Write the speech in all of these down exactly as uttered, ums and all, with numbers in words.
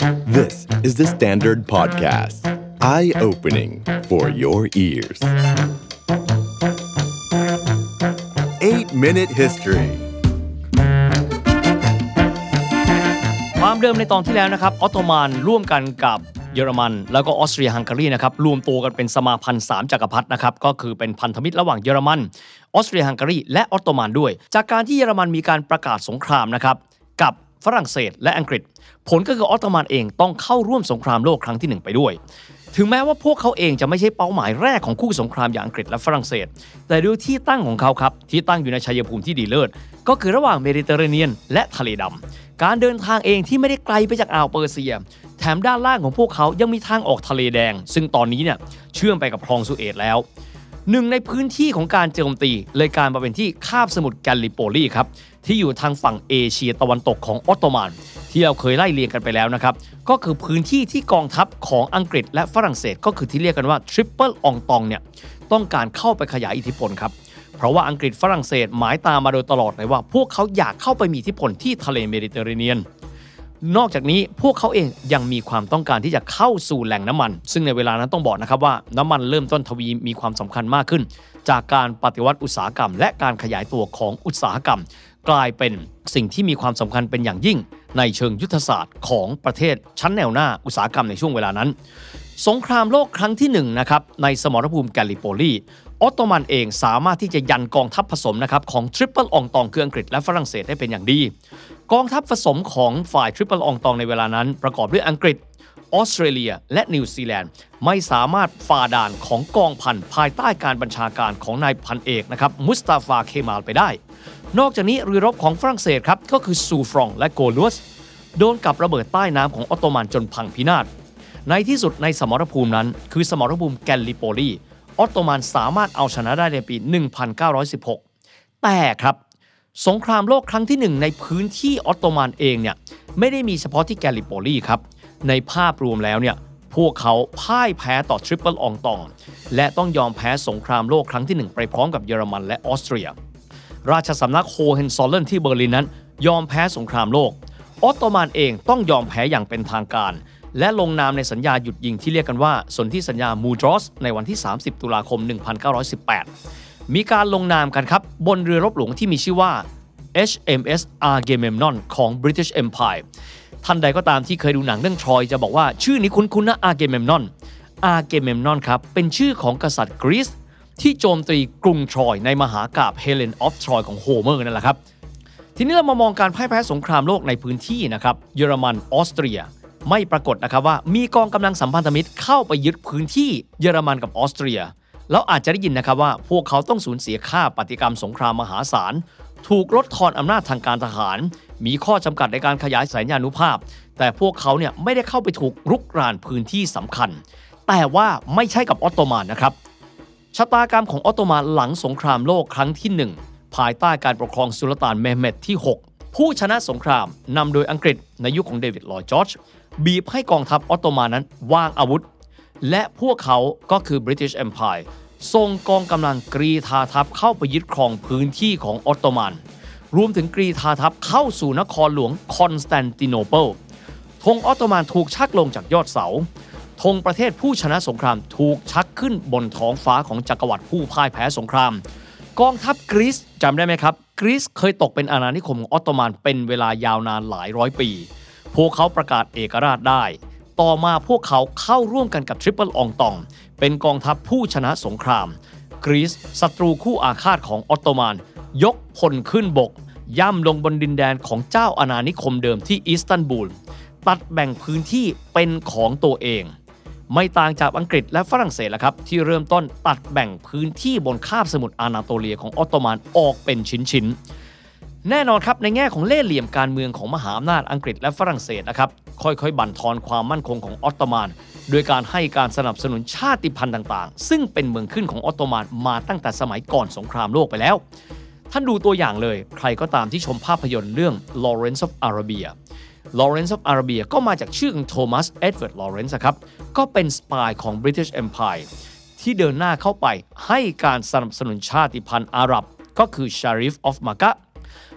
This is the Standard Podcast. Eye-opening for your ears. eight minute History ความเดิมในตอนที่แล้วนะครับออตโตมันร่วมกันกับเยอรมันแล้วก็ออสเตรียฮังการีนะครับรวมตัวกันเป็นสมาพันธ์สามจักรพรรดินะครับก็คือเป็นพันธมิตรระหว่างเยอรมันออสเตรียฮังการีและออตโตมันด้วยจากการที่เยอรมันมีการประกาศสงครามนะครับกับฝรั่งเศสและอังกฤษผลก็คือออตโตมันเองต้องเข้าร่วมสงครามโลกครั้งที่หนึ่งไปด้วยถึงแม้ว่าพวกเขาเองจะไม่ใช่เป้าหมายแรกของคู่สงครามอย่างอังกฤษและฝรั่งเศสแต่ด้วยที่ตั้งของเขาครับที่ตั้งอยู่ในชัยภูมิที่ดีเลิศก็คือระหว่างเมดิเตอร์เรเนียนและทะเลดำการเดินทางเองที่ไม่ได้ไกลไปจากอ่าวเปอร์เซียแถมด้านล่างของพวกเขายังมีทางออกทะเลแดงซึ่งตอนนี้เนี่ยเชื่อมไปกับคลองสุเอตแล้วหนึ่งในพื้นที่ของการโจมตีเลยกลายมาเป็นที่คาบสมุทรแกลลิโปลีครับที่อยู่ทางฝั่งเอเชียตะวันตกของออตโตมันที่เราเคยไล่เรียงกันไปแล้วนะครับก็คือพื้นที่ที่กองทัพของอังกฤษและฝรั่งเศสก็คือที่เรียกกันว่าทริปเปิลอองตองเนี่ยต้องการเข้าไปขยายอิทธิพลครับเพราะว่าอังกฤษฝรั่งเศสหมายตามมาโดยตลอดเลยว่าพวกเขาอยากเข้าไปมีอิทธิพลที่ทะเลเมดิเตอร์เรเนียนนอกจากนี้พวกเขาเองยังมีความต้องการที่จะเข้าสู่แหล่งน้ำมันซึ่งในเวลานั้นต้องบอกนะครับว่าน้ำมันเริ่มต้นทวีมีความสำคัญมากขึ้นจากการปฏิวัติอุตสาหกรรมและการขยายตัวของอุตสาหกรรมกลายเป็นสิ่งที่มีความสำคัญเป็นอย่างยิ่งในเชิงยุทธศาสตร์ของประเทศชั้นแนวหน้าอุตสาหกรรมในช่วงเวลานั้นสงครามโลกครั้งที่หนึ่งนะครับในสมรภูมิแกลลิโปลีออตโตมันเองสามารถที่จะยันกองทัพผสมนะครับของทริปเปิลอองตองคืออังกฤษและฝรั่งเศสได้เป็นอย่างดีกองทัพผสมของฝ่ายทริปเปิลอองตองในเวลานั้นประกอบด้วยอังกฤษออสเตรเลียและนิวซีแลนด์ไม่สามารถฝ่าด่านของกองพันภายใต้การบัญชาการของนายพันเอกนะครับมุสตาฟาเคมาลไปได้นอกจากนี้เรือรบของฝรั่งเศสครับก็คือซูฟรองและโกลัวสโดนกับระเบิดใต้น้ำของออตโตมันจนพังพินาศในที่สุดในสมรภูมินั้นคือสมรภูมิแกลลิโปลีออตโตมันสามารถเอาชนะได้ในปีหนึ่งพันเก้าร้อยสิบหกแต่ครับสงครามโลกครั้งที่หนึ่งในพื้นที่ออตโตมันเองเนี่ยไม่ได้มีเฉพาะที่แกลลิโปลีครับในภาพรวมแล้วเนี่ยพวกเขาพ่ายแพ้ต่อทริปเปิลอองตองและต้องยอมแพ้สงครามโลกครั้งที่หนึ่งไปพร้อมกับเยอรมันและออสเตรียราชสำนักโฮเฮนซอลเลนที่เบอร์ลินนั้นยอมแพ้สงครามโลกออตโตมันเองต้องยอมแพ้อย่างเป็นทางการและลงนามในสัญญาหยุดยิงที่เรียกกันว่าสนธิสัญญามูดรอสในวันที่สามสิบตุลาคมหนึ่งพันเก้าร้อยสิบแปดมีการลงนามกันครับบนเรือรบหลวงที่มีชื่อว่า เอช เอ็ม เอส Agamemnon ของ British Empire ท่านใดก็ตามที่เคยดูหนังเรื่องทรอยจะบอกว่าชื่อนี้คุ้นๆนะ Agamemnon Agamemnon ครับเป็นชื่อของกษัตริย์กรีซที่โจมตีกรุงทรอยในมหากาพย์เฮเลนออฟทรอยของโฮเมอร์นั่นแหละครับทีนี้เรามามองการพ่ายแพ้สงครามโลกในพื้นที่นะครับเยอรมันออสเตรียไม่ปรากฏนะครับว่ามีกองกำลังสัมพันธมิตรเข้าไปยึดพื้นที่เยอรมันกับออสเตรียแล้วอาจจะได้ยินนะครับว่าพวกเขาต้องสูญเสียค่าปฏิกรรมสงครามมหาศาลถูกลดทอนอำนาจทางการทหารมีข้อจำกัดในการขยายสัญญานุภาพแต่พวกเขาเนี่ยไม่ได้เข้าไปถูกรุกรานพื้นที่สำคัญแต่ว่าไม่ใช่กับออตโตมันนะครับชะตากรรมของออตโตมันหลังสงครามโลกครั้งที่หนึ่งภายใต้การปกครองสุลต่านเมห์เม็ดที่หกผู้ชนะสงครามนำโดยอังกฤษในยุค ของเดวิดลลอยด์จอร์จบีบให้กองทัพออตโตมันนั้นวางอาวุธและพวกเขาก็คือ British Empire ส่งกองกำลังกรีธาทัพเข้าไปยึดครองพื้นที่ของออตโตมันรวมถึงกรีธาทัพเข้าสู่นครหลวงคอนสแตนติโนเปิลธงออตโตมันถูกชักลงจากยอดเสาธงประเทศผู้ชนะสงครามถูกชักขึ้นบนท้องฟ้าของจักรวรรดิผู้พ่ายแพ้สงครามกองทัพกรีซจำได้ไหมครับกรีซเคยตกเป็นอาณานิคมของออตโตมันเป็นเวลายาวนานหลายร้อยปีพวกเขาประกาศเอกราชได้ต่อมาพวกเขาเข้าร่วมกันกับทริปเปิลอองตองเป็นกองทัพผู้ชนะสงครามกรีซศัตรูคู่อาฆาตของออตโตมันยกพลขึ้นบกย่ำลงบนดินแดนของเจ้าอาณานิคมเดิมที่อิสตันบูลตัดแบ่งพื้นที่เป็นของตัวเองไม่ต่างจากอังกฤษและฝรั่งเศสละครับที่เริ่มต้นตัดแบ่งพื้นที่บนคาบสมุทรอานาโตเลียของออตโตมันออกเป็นชิ้นๆแน่นอนครับในแง่ของเล่ห์เหลี่ยมการเมืองของมหาอำนาจอังกฤษและฝรั่งเศสนะครับค่อยๆบั่นทอนความมั่นคงของออตโตมันโดยการให้การสนับสนุนชาติพันธุ์ต่างๆซึ่งเป็นเมืองขึ้นของออตโตมันมาตั้งแต่สมัยก่อนสงครามโลกไปแล้วท่านดูตัวอย่างเลยใครก็ตามที่ชมภาพยนตร์เรื่อง Lawrence of Arabia Lawrence of Arabia ก็มาจากชื่อของโทมัสเอ็ดเวิร์ดลอเรนซ์ครับก็เป็นสปายของ British Empire ที่เดินหน้าเข้าไปให้การสนับสนุนชาติพันธุ์อาหรับก็คือ Sharif of Makkah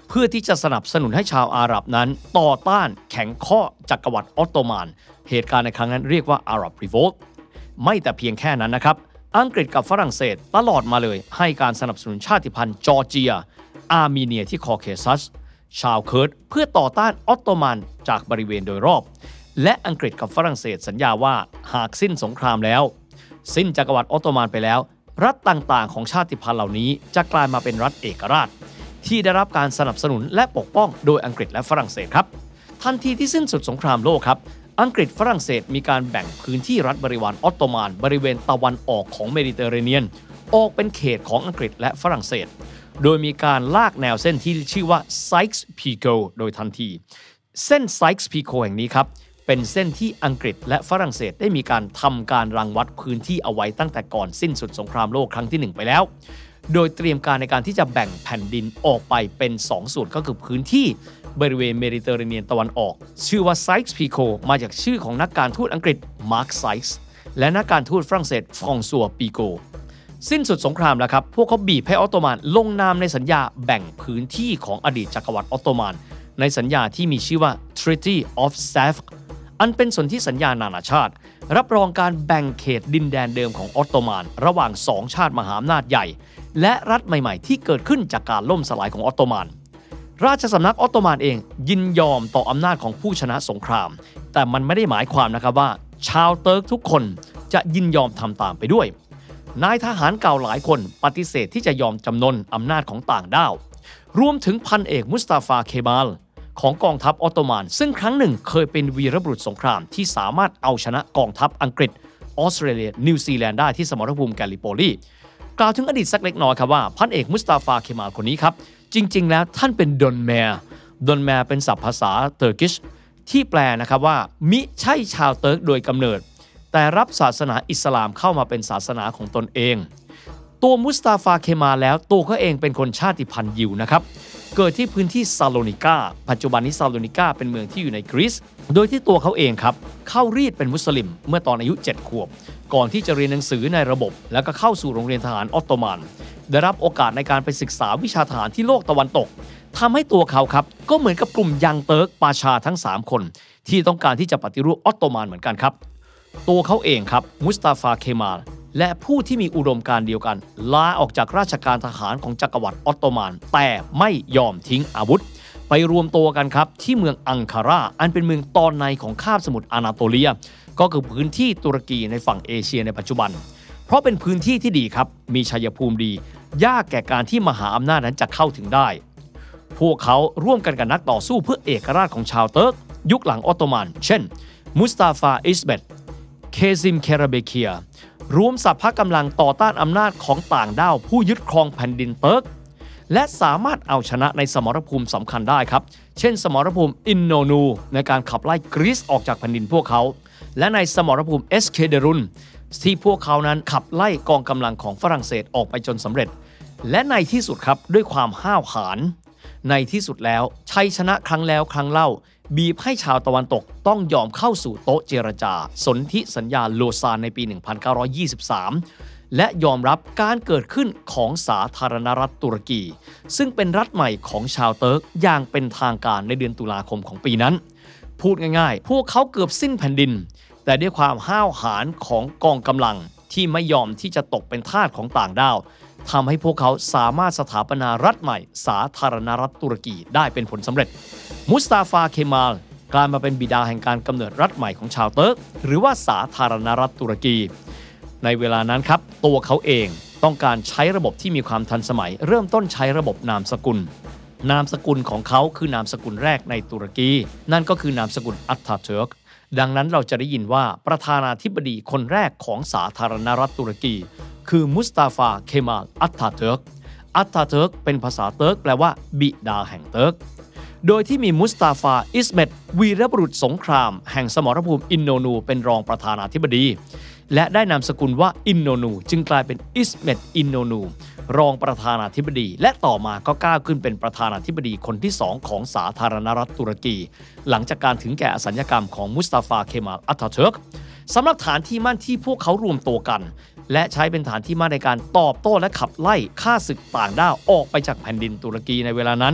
เพื่อที่จะสนับสนุนให้ชาวอาหรับนั้นต่อต้านแข็งข้อจักรวรรดิออตโตมันเหตุการณ์ในครั้งนั้นเรียกว่า Arab Revolt ไม่แต่เพียงแค่นั้นนะครับอังกฤษกับฝรั่งเศสตลอดมาเลยให้การสนับสนุนชาติพันธุ์จอร์เจียอาร์เมเนียที่คอเคซัสชาวเคิร์ดเพื่อต่อต้านออตโตมันจากบริเวณโดยรอบและอังกฤษกับฝรั่งเศสสัญญาว่าหากสิ้นสงครามแล้วสิ้นจักรวรรดิออตโตมันไปแล้วรัฐต่างๆของชาติพันธุ์เหล่านี้จะกลายมาเป็นรัฐเอกราชที่ได้รับการสนับสนุนและปกป้องโดยอังกฤษและฝรั่งเศสครับทันทีที่สิ้นสุดสงครามโลกครับอังกฤษฝรั่งเศสมีการแบ่งพื้นที่รัฐบริวารออตโตมันบริเวณตะวันออกของเมดิเตอร์เรเนียนออกเป็นเขตของอังกฤษและฝรั่งเศสโดยมีการลากแนวเส้นที่ชื่อว่า Sykes-Picot โดยทันทีเส้น Sykes-Picot แห่งนี้ครับเป็นเส้นที่อังกฤษและฝรั่งเศสได้มีการทำการรังวัดพื้นที่เอาไว้ตั้งแต่ก่อนสิ้นสุดสงครามโลกครั้งที่หนึ่งไปแล้วโดยเตรียมการในการที่จะแบ่งแผ่นดินออกไปเป็นสองส่วนก็คือพื้นที่บริเวณเมดิเตอร์เรเนียนตะวันออกชื่อว่า Sykes-Picot มาจากชื่อของนักการทูตอังกฤษมาร์คไซส์และนักการทูตฝรั่งเศสฟรองซัวปีโกสิ้นสุดสงครามแล้วครับพวกเขาบีบให้ออตโตมันลงนามในสัญญาแบ่งพื้นที่ของอดีตจักรวรรดิออตโตมันในสัญญาที่มีชื่อว่า Treaty of Sèvres อันเป็นสนธิสัญญานานาชาติรับรองการแบ่งเขตดินแดนเดิมของออตโตมันระหว่างสองชาติมหาอำนาจใหญ่และรัฐใหม่ๆที่เกิดขึ้นจากการล่มสลายของออตโตมันราชสำนักออตโตมันเองยินยอมต่ออำนาจของผู้ชนะสงครามแต่มันไม่ได้หมายความนะครับว่าชาวเติร์กทุกคนจะยินยอมทำตามไปด้วยนายทหารเก่าหลายคนปฏิเสธที่จะยอมจำนนอำนาจของต่างด้าวรวมถึงพันเอกมุสตาฟาเคมาลของกองทัพออตโตมันซึ่งครั้งหนึ่งเคยเป็นวีรบุรุษสงครามที่สามารถเอาชนะกองทัพอังกฤษออสเตรเลียนิวซีแลนด์ได้ที่สมรภูมิแกลลิโปลีกล่าวถึงอดีตสักเล็กน้อยครับว่าพันเอกมุสตาฟาเคมาลคนนี้ครับจริงๆแล้วท่านเป็นดอนแมร์ดอนแมร์เป็นศัพท์ภาษาเติร์กิชที่แปลนะครับว่ามิใช่ชาวเติร์กโดยกำเนิดแต่รับศาสนาอิสลามเข้ามาเป็นศาสนาของตนเองตัวมุสตาฟาเคมาลแล้วตัวเขาเองเป็นคนชาติพันธุ์ยิวนะครับเกิดที่พื้นที่ซาโลนิกาปัจจุบันนี้ซาโลนิกาเป็นเมืองที่อยู่ในกรีซโดยที่ตัวเขาเองครับเข้ารีดเป็นมุสลิมเมื่อตอนอายุเจ็ดขวบก่อนที่จะเรียนหนังสือในระบบแล้วก็เข้าสู่โรงเรียนทหารออตโตมันได้รับโอกาสในการไปศึกษาวิชาทหารที่โลกตะวันตกทำให้ตัวเขาครับก็เหมือนกับกลุ่มยังเติร์กปาชาทั้งสามคนที่ต้องการที่จะปฏิรูปออตโตมันเหมือนกันครับตัวเขาเองครับมุสตาฟาเคมาลและผู้ที่มีอุดมการณ์เดียวกันลาออกจากราชการทหารของจักรวรรดิออตโตมันแต่ไม่ยอมทิ้งอาวุธไปรวมตัวกันครับที่เมืองอังการาอันเป็นเมืองตอนในของคาบสมุทรอานาโตเลียก็คือพื้นที่ตุรกีในฝั่งเอเชียในปัจจุบันเพราะเป็นพื้นที่ที่ดีครับมีชัยภูมิดียากแก่การที่มหาอำนาจนั้นจะเข้าถึงได้พวกเขาร่วมกันกับนักต่อสู้เพื่อเอกราชของชาวเติร์กยุคหลังออตโตมันเช่นมุสตาฟาอิสเบตเคซิมเคราเบเคียรวมสรรพกำลังต่อต้านอำนาจของต่างด้าวผู้ยึดครองแผ่นดินเติร์กและสามารถเอาชนะในสมรภูมิสำคัญได้ครับเช่นสมรภูมิอินโนนูในการขับไล่กรีซออกจากแผ่นดินพวกเขาและในสมรภูมิเอสเคเดรุนที่พวกเขานั้นขับไล่กองกำลังของฝรั่งเศสออกไปจนสำเร็จและในที่สุดครับด้วยความห้าวหาญในที่สุดแล้วชัยชนะครั้งแล้วครั้งเล่าบีบให้ชาวตะวันตกต้องยอมเข้าสู่โต๊ะเจรจาสนธิสัญญาโลซานในปี หนึ่งพันเก้าร้อยยี่สิบสาม และยอมรับการเกิดขึ้นของสาธารณรัฐตุรกีซึ่งเป็นรัฐใหม่ของชาวเติร์กอย่างเป็นทางการในเดือนตุลาคมของปีนั้นพูดง่ายๆพวกเขาเกือบสิ้นแผ่นดินแต่ด้วยความห้าวหาญของกองกำลังที่ไม่ยอมที่จะตกเป็นทาสของต่างด้าวทำให้พวกเขาสามารถสถาปนารัฐใหม่สาธารณรัฐตุรกีได้เป็นผลสำเร็จมุสตาฟาเคมาลกลายมาเป็นบิดาแห่งการกำเนิดรัฐใหม่ของชาวเติร์กหรือว่าสาธารณรัฐตุรกีในเวลานั้นครับตัวเขาเองต้องการใช้ระบบที่มีความทันสมัยเริ่มต้นใช้ระบบนามสกุลนามสกุลของเขาคือนามสกุลแรกในตุรกีนั่นก็คือนามสกุลอัตตาเทิร์กดังนั้นเราจะได้ยินว่าประธานาธิบดีคนแรกของสาธารณรัฐตุรกีคือมุสตาฟาเคมาลอัตตาเทิร์กอัตตาเทิร์กเป็นภาษาเติร์กแปลว่าบิดาแห่งเติร์กโดยที่มีมุสตาฟาอิสเมตวีรบุรุษสงครามแห่งสมรภูมิอินโนนูเป็นรองประธานาธิบดีและได้นามสกุลว่าอินโนนูจึงกลายเป็นอิสเมตอินโนนูรองประธานาธิบดีและต่อมาก็ก้าวขึ้นเป็นประธานาธิบดีคนที่สองของสาธารณรัฐตุรกีหลังจากการถึงแก่อสัญญกรรมของมุสตาฟาเคมาลอัตตาเทิร์กสำหรับฐานที่มั่นที่พวกเขารวมตัวกันและใช้เป็นฐานที่มั่นในการตอบโต้และขับไล่ฆ่าศึกต่างด้าวออกไปจากแผ่นดินตุรกีในเวลานั้น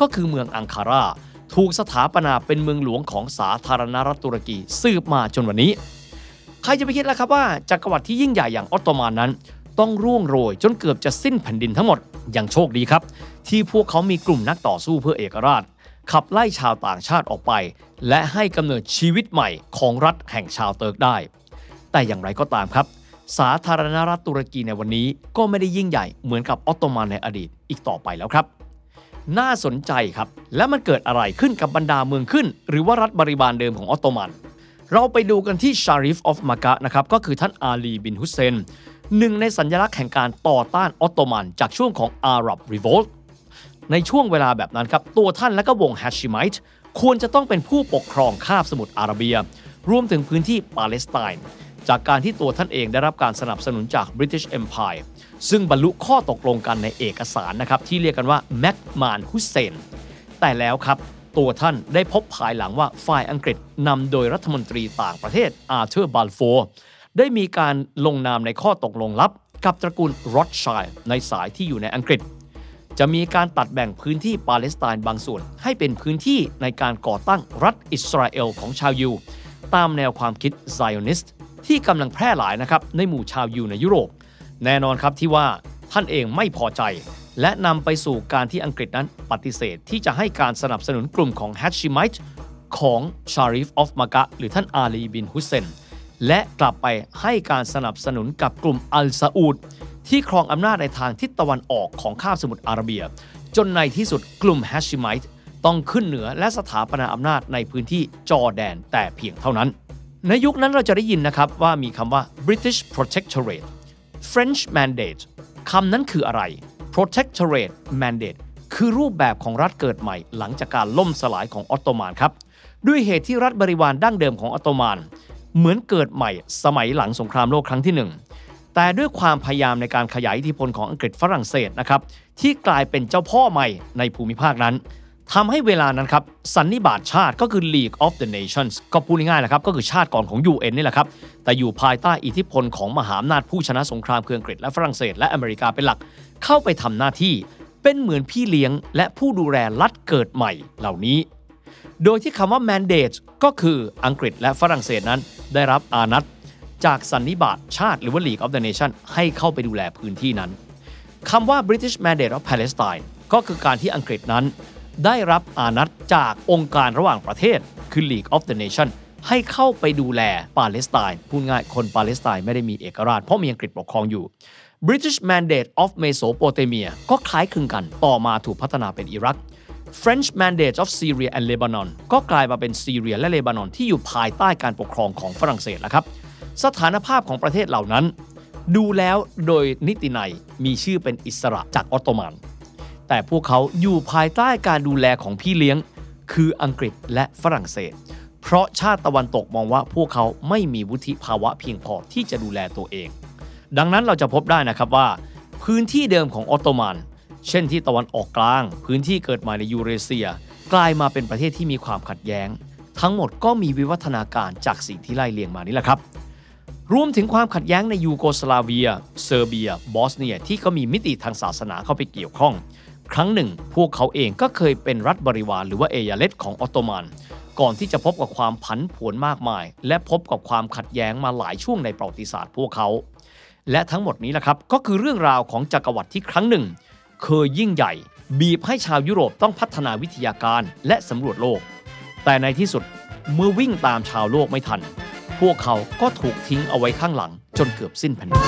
ก็คือเมืองอังคาราถูกสถาปนาเป็นเมืองหลวงของสาธารณรัฐตุรกีสืบมาจนวันนี้ใครจะไปคิดล่ะครับว่าจักรวรรดิที่ยิ่งใหญ่อย่างออตโตมันนั้นต้องร่วงโรยจนเกือบจะสิ้นแผ่นดินทั้งหมดอย่างโชคดีครับที่พวกเขามีกลุ่มนักต่อสู้เพื่อเอกราชขับไล่ชาวต่างชาติออกไปและให้กำเนิดชีวิตใหม่ของรัฐแห่งชาวเติร์กได้แต่อย่างไรก็ตามครับสาธารณรัฐตุรกีในวันนี้ก็ไม่ได้ยิ่งใหญ่เหมือนกับออตโตมันในอดีตอีกต่อไปแล้วครับน่าสนใจครับและมันเกิดอะไรขึ้นกับบรรดาเมืองขึ้นหรือว่ารัฐบริบาลเดิมของออตโตมันเราไปดูกันที่ชาริฟออฟมากะนะครับก็คือท่านอาลีบินฮุสเซนหนึ่งในสัญลักษณ์แห่งการต่อต้านออตโตมันจากช่วงของอาหรับรีโวลต์ในช่วงเวลาแบบนั้นครับตัวท่านและก็วงแฮชิไมต์ควรจะต้องเป็นผู้ปกครองคาบสมุทรอาระเบียรวมถึงพื้นที่ปาเลสไตน์จากการที่ตัวท่านเองได้รับการสนับสนุนจาก British Empire ซึ่งบรรลุข้อตกลงกันในเอกสารนะครับที่เรียกกันว่าแม็กมานฮุสเซนแต่แล้วครับตัวท่านได้พบภายหลังว่าฝ่ายอังกฤษนำโดยรัฐมนตรีต่างประเทศอาร์เธอร์บัลโฟร์ได้มีการลงนามในข้อตกลงลับกับตระกูลโรธชัยในสายที่อยู่ในอังกฤษจะมีการตัดแบ่งพื้นที่ปาเลสไตน์บางส่วนให้เป็นพื้นที่ในการก่อตั้งรัฐอิสราเอลของชาวยิวตามแนวความคิดไซออนิสต์ที่กำลังแพร่หลายนะครับในหมู่ชาวยิวในยุโรปแน่นอนครับที่ว่าท่านเองไม่พอใจและนำไปสู่การที่อังกฤษนั้นปฏิเสธที่จะให้การสนับสนุนกลุ่มของแฮชิไมต์ของชาริฟออฟมากะหรือท่านอาลีบินฮุสเซนและกลับไปให้การสนับสนุนกับกลุ่มอัลซาอูดที่ครองอำนาจในทางทิศตะวันออกของคาบสมุทรอาระเบียจนในที่สุดกลุ่มแฮชิไมต์ต้องขึ้นเหนือและสถาปนาอำนาจในพื้นที่จอร์แดนแต่เพียงเท่านั้นในยุคนั้นเราจะได้ยินนะครับว่ามีคำว่า British Protectorate French Mandate คำนั้นคืออะไร Protectorate Mandate คือรูปแบบของรัฐเกิดใหม่หลังจากการล่มสลายของออตโตมันครับด้วยเหตุที่รัฐบริวารดั้งเดิมของออตโตมันเหมือนเกิดใหม่สมัยหลังสงครามโลกครั้งที่หนึ่งแต่ด้วยความพยายามในการขยายอิทธิพลของอังกฤษฝรั่งเศสนะครับที่กลายเป็นเจ้าพ่อใหม่ในภูมิภาคนั้นทำให้เวลานั้นครับสันนิบาตชาติก็คือ League of the Nations ก็พูดง่ายๆนะครับก็คือชาติก่อนของ ยู เอ็น นี่แหละครับแต่อยู่ภายใต้อิทธิพลของมหาอำนาจผู้ชนะสงครามคืออังกฤษและฝรั่งเศสและอเมริกาเป็นหลักเข้าไปทำหน้าที่เป็นเหมือนพี่เลี้ยงและผู้ดูแลรัฐเกิดใหม่เหล่านี้โดยที่คำว่า mandate ก็คืออังกฤษและฝรั่งเศสนั้นได้รับอานัตจากสันนิบาตชาติหรือว่า League of the Nations ให้เข้าไปดูแลพื้นที่นั้นคำว่า British Mandate of Palestine ก็คือการที่อังกฤษนั้นได้รับอานัตจากองค์การระหว่างประเทศคือ League of the Nations ให้เข้าไปดูแลปาเลสไตน์พูดง่ายคนปาเลสไตน์ไม่ได้มีเอกราชเพราะมีอังกฤษปกครองอยู่ British Mandate of Mesopotamia ก็คล้ายคลึงกันต่อมาถูกพัฒนาเป็นอิรัก French Mandate of Syria and Lebanon ก็กลายมาเป็นซีเรียและเลบานอนที่อยู่ภายใต้การปกครองของฝรั่งเศสแล้วครับสถานภาพของประเทศเหล่านั้นดูแล้วโดยนิตินัยมีชื่อเป็นอิสระจากออตโตมันแต่พวกเขาอยู่ภายใต้การดูแลของพี่เลี้ยงคืออังกฤษและฝรั่งเศสเพราะชาติตะวันตกมองว่าพวกเขาไม่มีวุฒิภาวะเพียงพอที่จะดูแลตัวเองดังนั้นเราจะพบได้นะครับว่าพื้นที่เดิมของออตโตมันเช่นที่ตะวันออกกลางพื้นที่เกิดใหม่ในยูเรเซียกลายมาเป็นประเทศที่มีความขัดแย้งทั้งหมดก็มีวิวัฒนาการจากสิ่งที่ไล่เลียงมานี่แหละครับรวมถึงความขัดแย้งในยูโกสลาเวียเซอร์เบียบอสเนียที่ก็มีมิติทางศาสนาเข้าไปเกี่ยวข้องครั้งหนึ่งพวกเขาเองก็เคยเป็นรัฐบริวารหรือว่าเอยาเลตของออตโตมันก่อนที่จะพบกับความผันผวนมากมายและพบกับความขัดแย้งมาหลายช่วงในประวัติศาสตร์พวกเขาและทั้งหมดนี้แหละครับก็คือเรื่องราวของจักรวรรดิที่ครั้งหนึ่งเคยยิ่งใหญ่บีบให้ชาวยุโรปต้องพัฒนาวิทยาการและสำรวจโลกแต่ในที่สุดเมื่อวิ่งตามชาวโลกไม่ทันพวกเขาก็ถูกทิ้งเอาไว้ข้างหลังจนเกือบสิ้นแผ่นดิน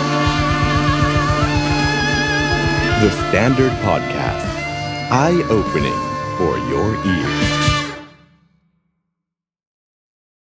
The Standard Podcast Eye Opening for your